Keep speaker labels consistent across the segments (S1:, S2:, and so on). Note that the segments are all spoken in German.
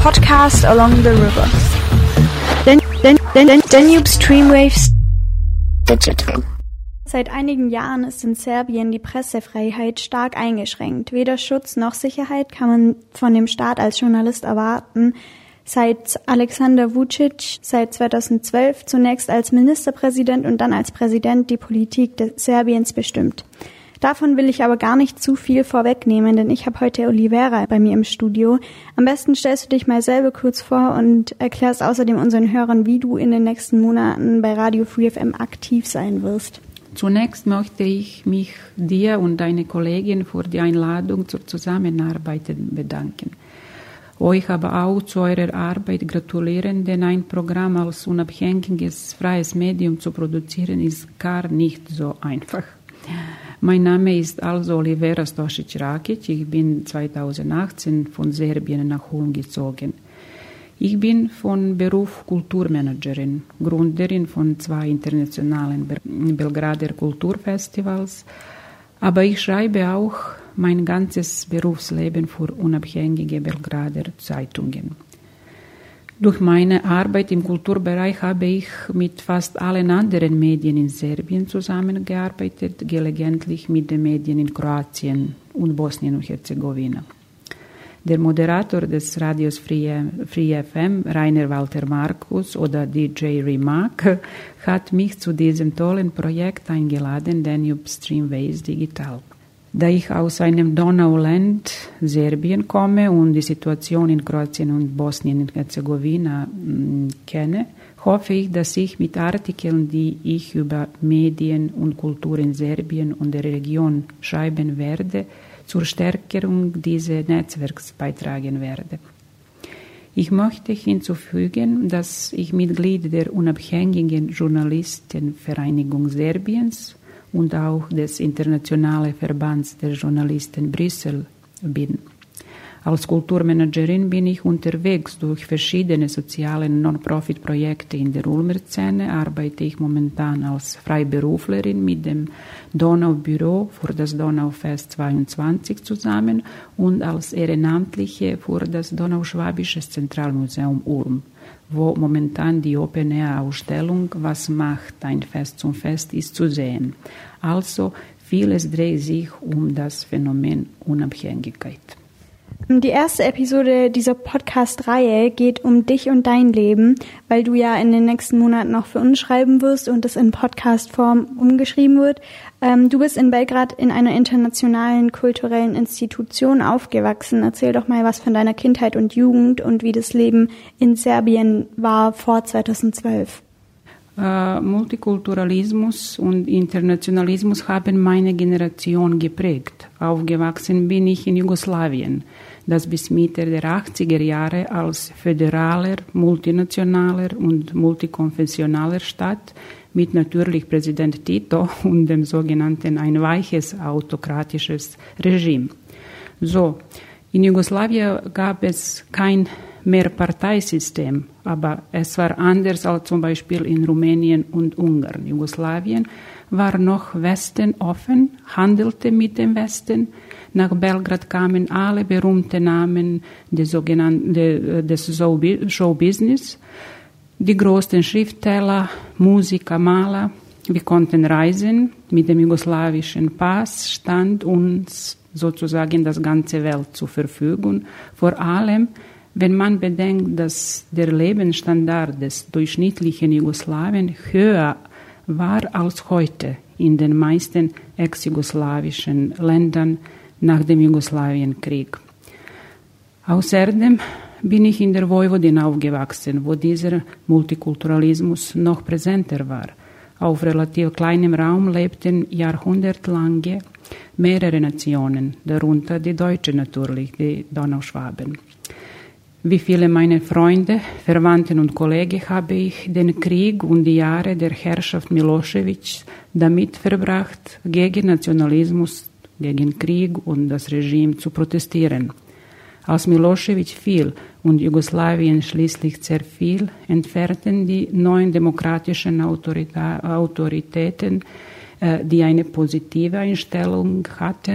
S1: podcast along the river. Danube Streamwaves Digital. Seit einigen Jahren ist in Serbien die Pressefreiheit stark eingeschränkt. Weder Schutz noch Sicherheit kann man von dem Staat als Journalist erwarten. Seit Aleksandar Vučić seit 2012 zunächst als Ministerpräsident und dann als Präsident die Politik des Serbiens bestimmt. Davon will ich aber gar nicht zu viel vorwegnehmen, denn ich habe heute Olivera bei mir im Studio. Am besten stellst du dich mal selber kurz vor und erklärst außerdem unseren Hörern, wie du in den nächsten Monaten bei Radio Free FM aktiv sein wirst.
S2: Zunächst möchte ich mich dir und deine Kollegin für die Einladung zur Zusammenarbeit bedanken. Euch aber auch zu eurer Arbeit gratulieren, denn ein Programm als unabhängiges, freies Medium zu produzieren ist gar nicht so einfach. Mein Name ist also Olivera Stošić-Rakić. Ich bin 2018 von Serbien nach Ulm gezogen. Ich bin von Beruf Kulturmanagerin, Gründerin von 2 internationalen Belgrader Kulturfestivals, aber ich schreibe auch mein ganzes Berufsleben für unabhängige Belgrader Zeitungen. Durch meine Arbeit im Kulturbereich habe ich mit fast allen anderen Medien in Serbien zusammengearbeitet, gelegentlich mit den Medien in Kroatien und Bosnien und Herzegowina. Der Moderator des Radios Free FM, Rainer Walter Markus oder DJ Remark, hat mich zu diesem tollen Projekt eingeladen, Danube Streamwaves Digital. Da ich aus einem Donauland, Serbien, komme und die Situation in Kroatien und Bosnien und Herzegowina kenne, hoffe ich, dass ich mit Artikeln, die ich über Medien und Kultur in Serbien und der Region schreiben werde, zur Stärkung dieses Netzwerks beitragen werde. Ich möchte hinzufügen, dass ich Mitglied der Unabhängigen Journalistenvereinigung Serbiens und auch des Internationalen Verbands der Journalisten Brüssel bin. Als Kulturmanagerin bin ich unterwegs durch verschiedene soziale Non-Profit-Projekte in der Ulmer Szene, arbeite ich momentan als Freiberuflerin mit dem Donaubüro für das Donaufest 22 zusammen und als Ehrenamtliche für das Donauschwäbisches Zentralmuseum Ulm, wo momentan die Open-Air-Ausstellung „Was macht ein Fest zum Fest" ist zu sehen. Also vieles dreht sich um das Phänomen Unabhängigkeit.
S1: Die erste Episode dieser Podcast-Reihe geht um dich und dein Leben, weil du ja in den nächsten Monaten noch für uns schreiben wirst und es in Podcast-Form umgeschrieben wird. Du bist in Belgrad in einer internationalen kulturellen Institution aufgewachsen. Erzähl doch mal was von deiner Kindheit und Jugend und wie das Leben in Serbien war vor 2012.
S2: Multikulturalismus und Internationalismus haben meine Generation geprägt. Aufgewachsen bin ich in Jugoslawien, das bis Mitte der 80er Jahre als föderaler, multinationaler und multikonfessionaler Staat mit natürlich Präsident Tito und dem sogenannten ein weiches autokratisches Regime. So, in Jugoslawien gab es kein Mehrparteisystem, aber es war anders als zum Beispiel in Rumänien und Ungarn. Jugoslawien war noch Westen offen, handelte mit dem Westen. Nach Belgrad kamen alle berühmten Namen des Showbusiness, die großen Schriftsteller, Musiker, Maler. Wir konnten reisen. Mit dem jugoslawischen Pass stand uns sozusagen das ganze Welt zur Verfügung. Vor allem, wenn man bedenkt, dass der Lebensstandard des durchschnittlichen Jugoslawien höher war als heute in den meisten ex-jugoslawischen Ländern nach dem Jugoslawienkrieg. Außerdem bin ich in der Vojvodina aufgewachsen, wo dieser Multikulturalismus noch präsenter war. Auf relativ kleinem Raum lebten jahrhundertelange mehrere Nationen, darunter die Deutschen natürlich, die Donauschwaben. Wie viele meiner Freunde, Verwandten und Kollegen habe ich den Krieg und die Jahre der Herrschaft Milošević damit verbracht, gegen Nationalismus, gegen Krieg und das Regime zu protestieren. Als Milošević fiel und Jugoslawien schließlich zerfiel, entfernten die neuen demokratischen Autoritäten, die eine positive Einstellung hatten,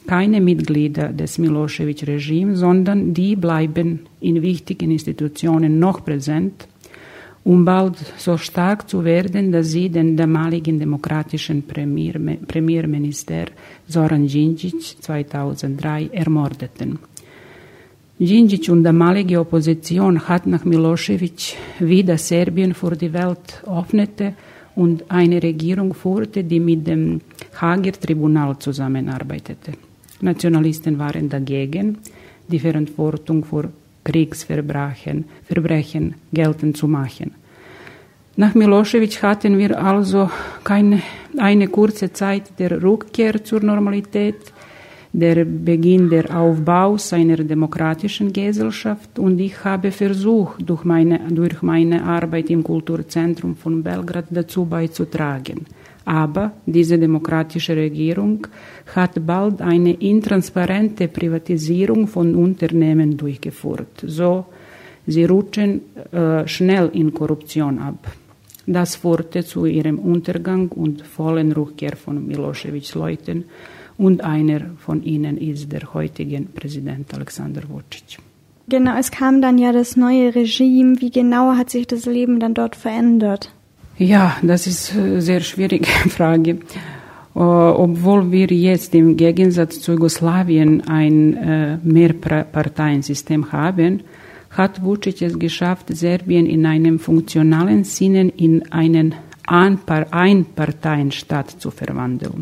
S2: keine Mitglieder des Milosevic-Regimes, sondern die bleiben in wichtigen Institutionen noch präsent, um bald so stark zu werden, dass sie den damaligen demokratischen Premierminister Zoran Đinđić 2003 ermordeten. Đinđić und damalige Opposition hat nach Milosevic wieder Serbien für die Welt öffnete und eine Regierung führte, die mit dem Haager Tribunal zusammenarbeitete. Nationalisten waren dagegen, die Verantwortung für Kriegsverbrechen geltend zu machen. Nach Milosevic hatten wir also eine kurze Zeit der Rückkehr zur Normalität, der Beginn der Aufbaus einer demokratischen Gesellschaft, und ich habe versucht, durch meine Arbeit im Kulturzentrum von Belgrad dazu beizutragen. Aber diese demokratische Regierung hat bald eine intransparente Privatisierung von Unternehmen durchgeführt. So, sie rutschen schnell in Korruption ab. Das führte zu ihrem Untergang und vollen Rückkehr von Milosevics Leuten, und einer von ihnen ist der heutige Präsident Alexander Vučić.
S1: Genau, es kam dann ja das neue Regime. Wie genau hat sich das Leben dann dort verändert?
S2: Ja, das ist eine sehr schwierige Frage. Obwohl wir jetzt im Gegensatz zu Jugoslawien ein Mehrparteiensystem haben, hat Vučić es geschafft, Serbien in einem funktionalen Sinne in einen Einparteienstaat zu verwandeln.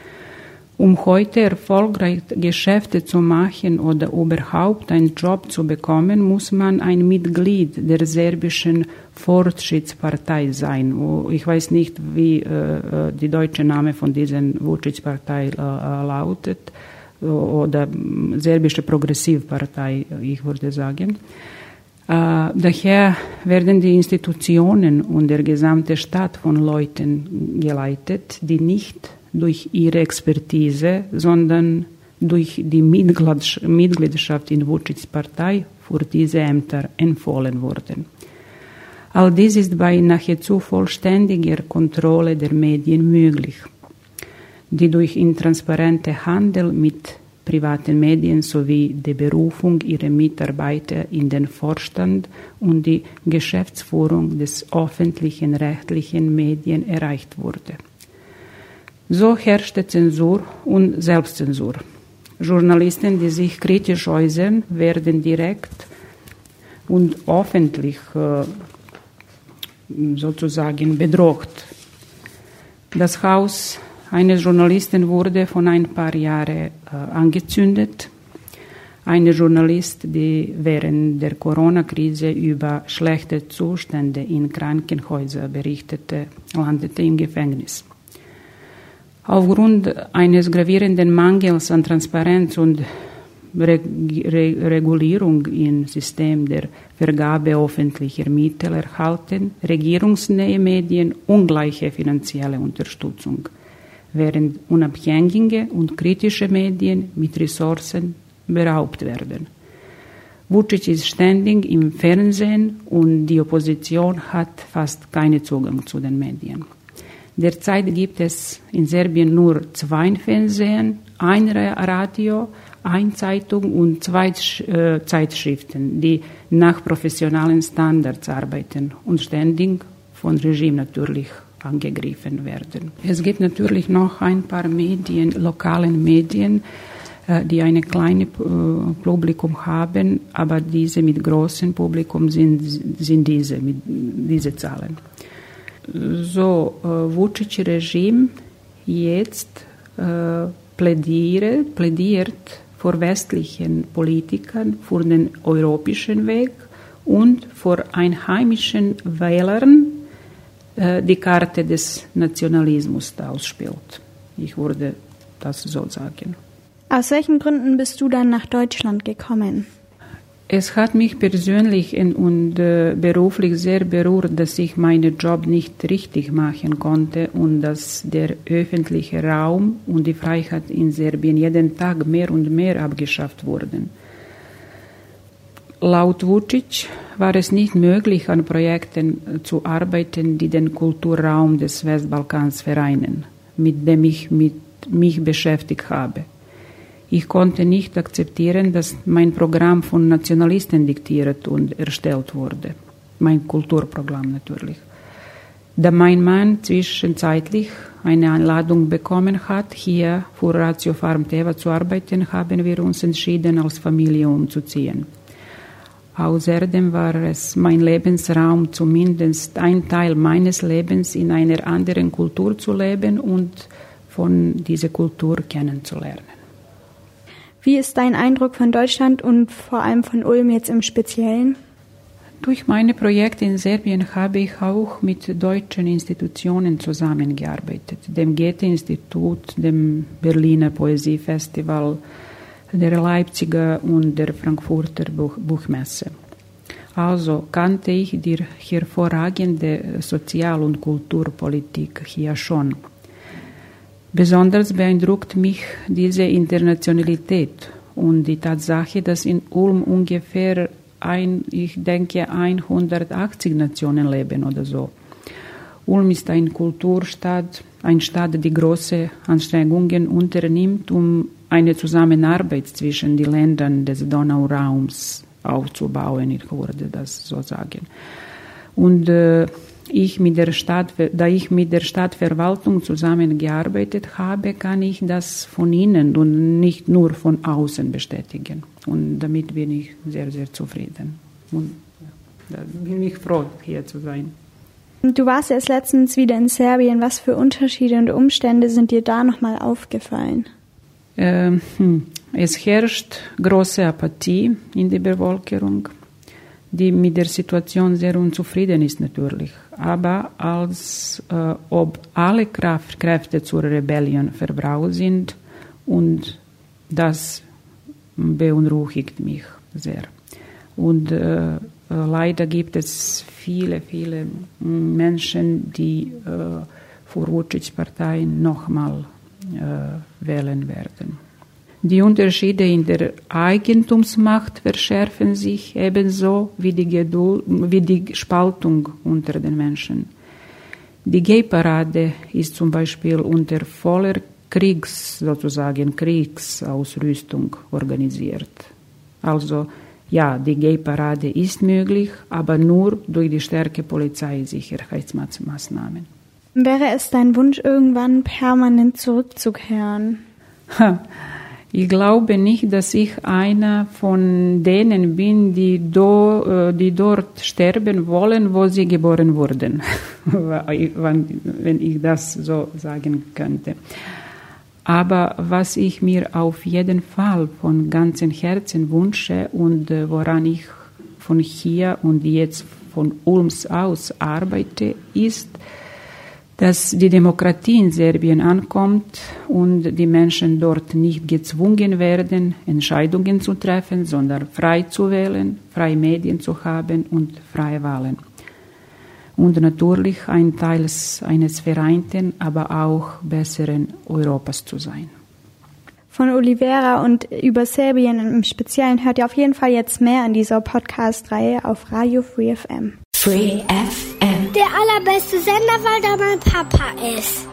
S2: Um heute erfolgreich Geschäfte zu machen oder überhaupt einen Job zu bekommen, muss man ein Mitglied der serbischen Fortschrittspartei sein. Ich weiß nicht, wie die deutsche Name von dieser Vučić-Partei lautet, oder serbische Progressivpartei, ich würde sagen. Daher werden die Institutionen und der gesamte Staat von Leuten geleitet, die nicht durch ihre Expertise, sondern durch die Mitgliedschaft in Vučićs Partei für diese Ämter empfohlen wurden. All dies ist bei nahezu vollständiger Kontrolle der Medien möglich, die durch intransparente Handel mit privaten Medien sowie die Berufung ihrer Mitarbeiter in den Vorstand und die Geschäftsführung des öffentlichen rechtlichen Medien erreicht wurde. So herrschte Zensur und Selbstzensur. Journalisten, die sich kritisch äußern, werden direkt und öffentlich sozusagen bedroht. Das Haus eines Journalisten wurde vor ein paar Jahren angezündet. Eine Journalistin, die während der Corona-Krise über schlechte Zustände in Krankenhäusern berichtete, landete im Gefängnis. Aufgrund eines gravierenden Mangels an Transparenz und Regulierung im System der Vergabe öffentlicher Mittel erhalten regierungsnähe Medien ungleiche finanzielle Unterstützung, während unabhängige und kritische Medien mit Ressourcen beraubt werden. Vučić ist ständig im Fernsehen und die Opposition hat fast keinen Zugang zu den Medien. Derzeit gibt es in Serbien nur 2 Fernsehen, ein Radio, eine Zeitung und 2 Zeitschriften, die nach professionellen Standards arbeiten und ständig vom Regime natürlich angegriffen werden. Es gibt natürlich noch ein paar Medien, lokalen Medien, die ein kleines Publikum haben, aber diese mit großem Publikum sind diese Zahlen. So, Vučić-Regime jetzt plädiert vor westlichen Politikern für den europäischen Weg und vor einheimischen Wählern die Karte des Nationalismus ausspielt. Ich würde das so sagen.
S1: Aus welchen Gründen bist du dann nach Deutschland gekommen?
S2: Es hat mich persönlich und beruflich sehr berührt, dass ich meinen Job nicht richtig machen konnte und dass der öffentliche Raum und die Freiheit in Serbien jeden Tag mehr und mehr abgeschafft wurden. Laut Vučić war es nicht möglich, an Projekten zu arbeiten, die den Kulturraum des Westbalkans vereinen, mit dem ich mich beschäftigt habe. Ich konnte nicht akzeptieren, dass mein Programm von Nationalisten diktiert und erstellt wurde. Mein Kulturprogramm natürlich. Da mein Mann zwischenzeitlich eine Einladung bekommen hat, hier für Ratio Farm Teva zu arbeiten, haben wir uns entschieden, als Familie umzuziehen. Außerdem war es mein Lebensraum, zumindest ein Teil meines Lebens in einer anderen Kultur zu leben und von dieser Kultur kennenzulernen.
S1: Wie ist dein Eindruck von Deutschland und vor allem von Ulm jetzt im Speziellen?
S2: Durch meine Projekte in Serbien habe ich auch mit deutschen Institutionen zusammengearbeitet, dem Goethe-Institut, dem Berliner Poesiefestival, der Leipziger und der Frankfurter Buchmesse. Also kannte ich die hervorragende Sozial- und Kulturpolitik hier schon. Besonders beeindruckt mich diese Internationalität und die Tatsache, dass in Ulm ungefähr 180 Nationen leben oder so. Ulm ist eine Kulturstadt, eine Stadt, die große Anstrengungen unternimmt, um eine Zusammenarbeit zwischen den Ländern des Donauraums aufzubauen, ich würde das so sagen. Und da ich mit der Stadtverwaltung zusammengearbeitet habe, kann ich das von innen und nicht nur von außen bestätigen. Und damit bin ich sehr, sehr zufrieden. Und da bin ich froh, hier zu sein.
S1: Du warst erst letztens wieder in Serbien. Was für Unterschiede und Umstände sind dir da nochmal aufgefallen? Es herrscht große Apathie in der Bevölkerung, die mit der Situation sehr unzufrieden ist natürlich, aber als ob alle Kräfte zur Rebellion verbraucht sind, und das beunruhigt mich sehr. Und leider gibt es viele Menschen, die für Vučić Partei nochmal wählen werden. Die Unterschiede in der Eigentumsmacht verschärfen sich ebenso wie die Spaltung unter den Menschen. Die Gay-Parade ist zum Beispiel unter voller Kriegsausrüstung organisiert. Also ja, die Gay-Parade ist möglich, aber nur durch die starke Polizeisicherheitsmaßnahmen. Wäre es dein Wunsch, irgendwann permanent zurückzukehren?
S2: Ich glaube nicht, dass ich einer von denen bin, die dort sterben wollen, wo sie geboren wurden, wenn ich das so sagen könnte. Aber was ich mir auf jeden Fall von ganzem Herzen wünsche und woran ich von hier und jetzt von Ulms aus arbeite, ist, dass die Demokratie in Serbien ankommt und die Menschen dort nicht gezwungen werden, Entscheidungen zu treffen, sondern frei zu wählen, freie Medien zu haben und freie Wahlen. Und natürlich ein Teil eines vereinten, aber auch besseren Europas zu sein.
S1: Von Olivera und über Serbien im Speziellen hört ihr auf jeden Fall jetzt mehr in dieser Podcast-Reihe auf Radio Free FM.
S3: Free FM. Der allerbeste Sender, weil da mein Papa ist.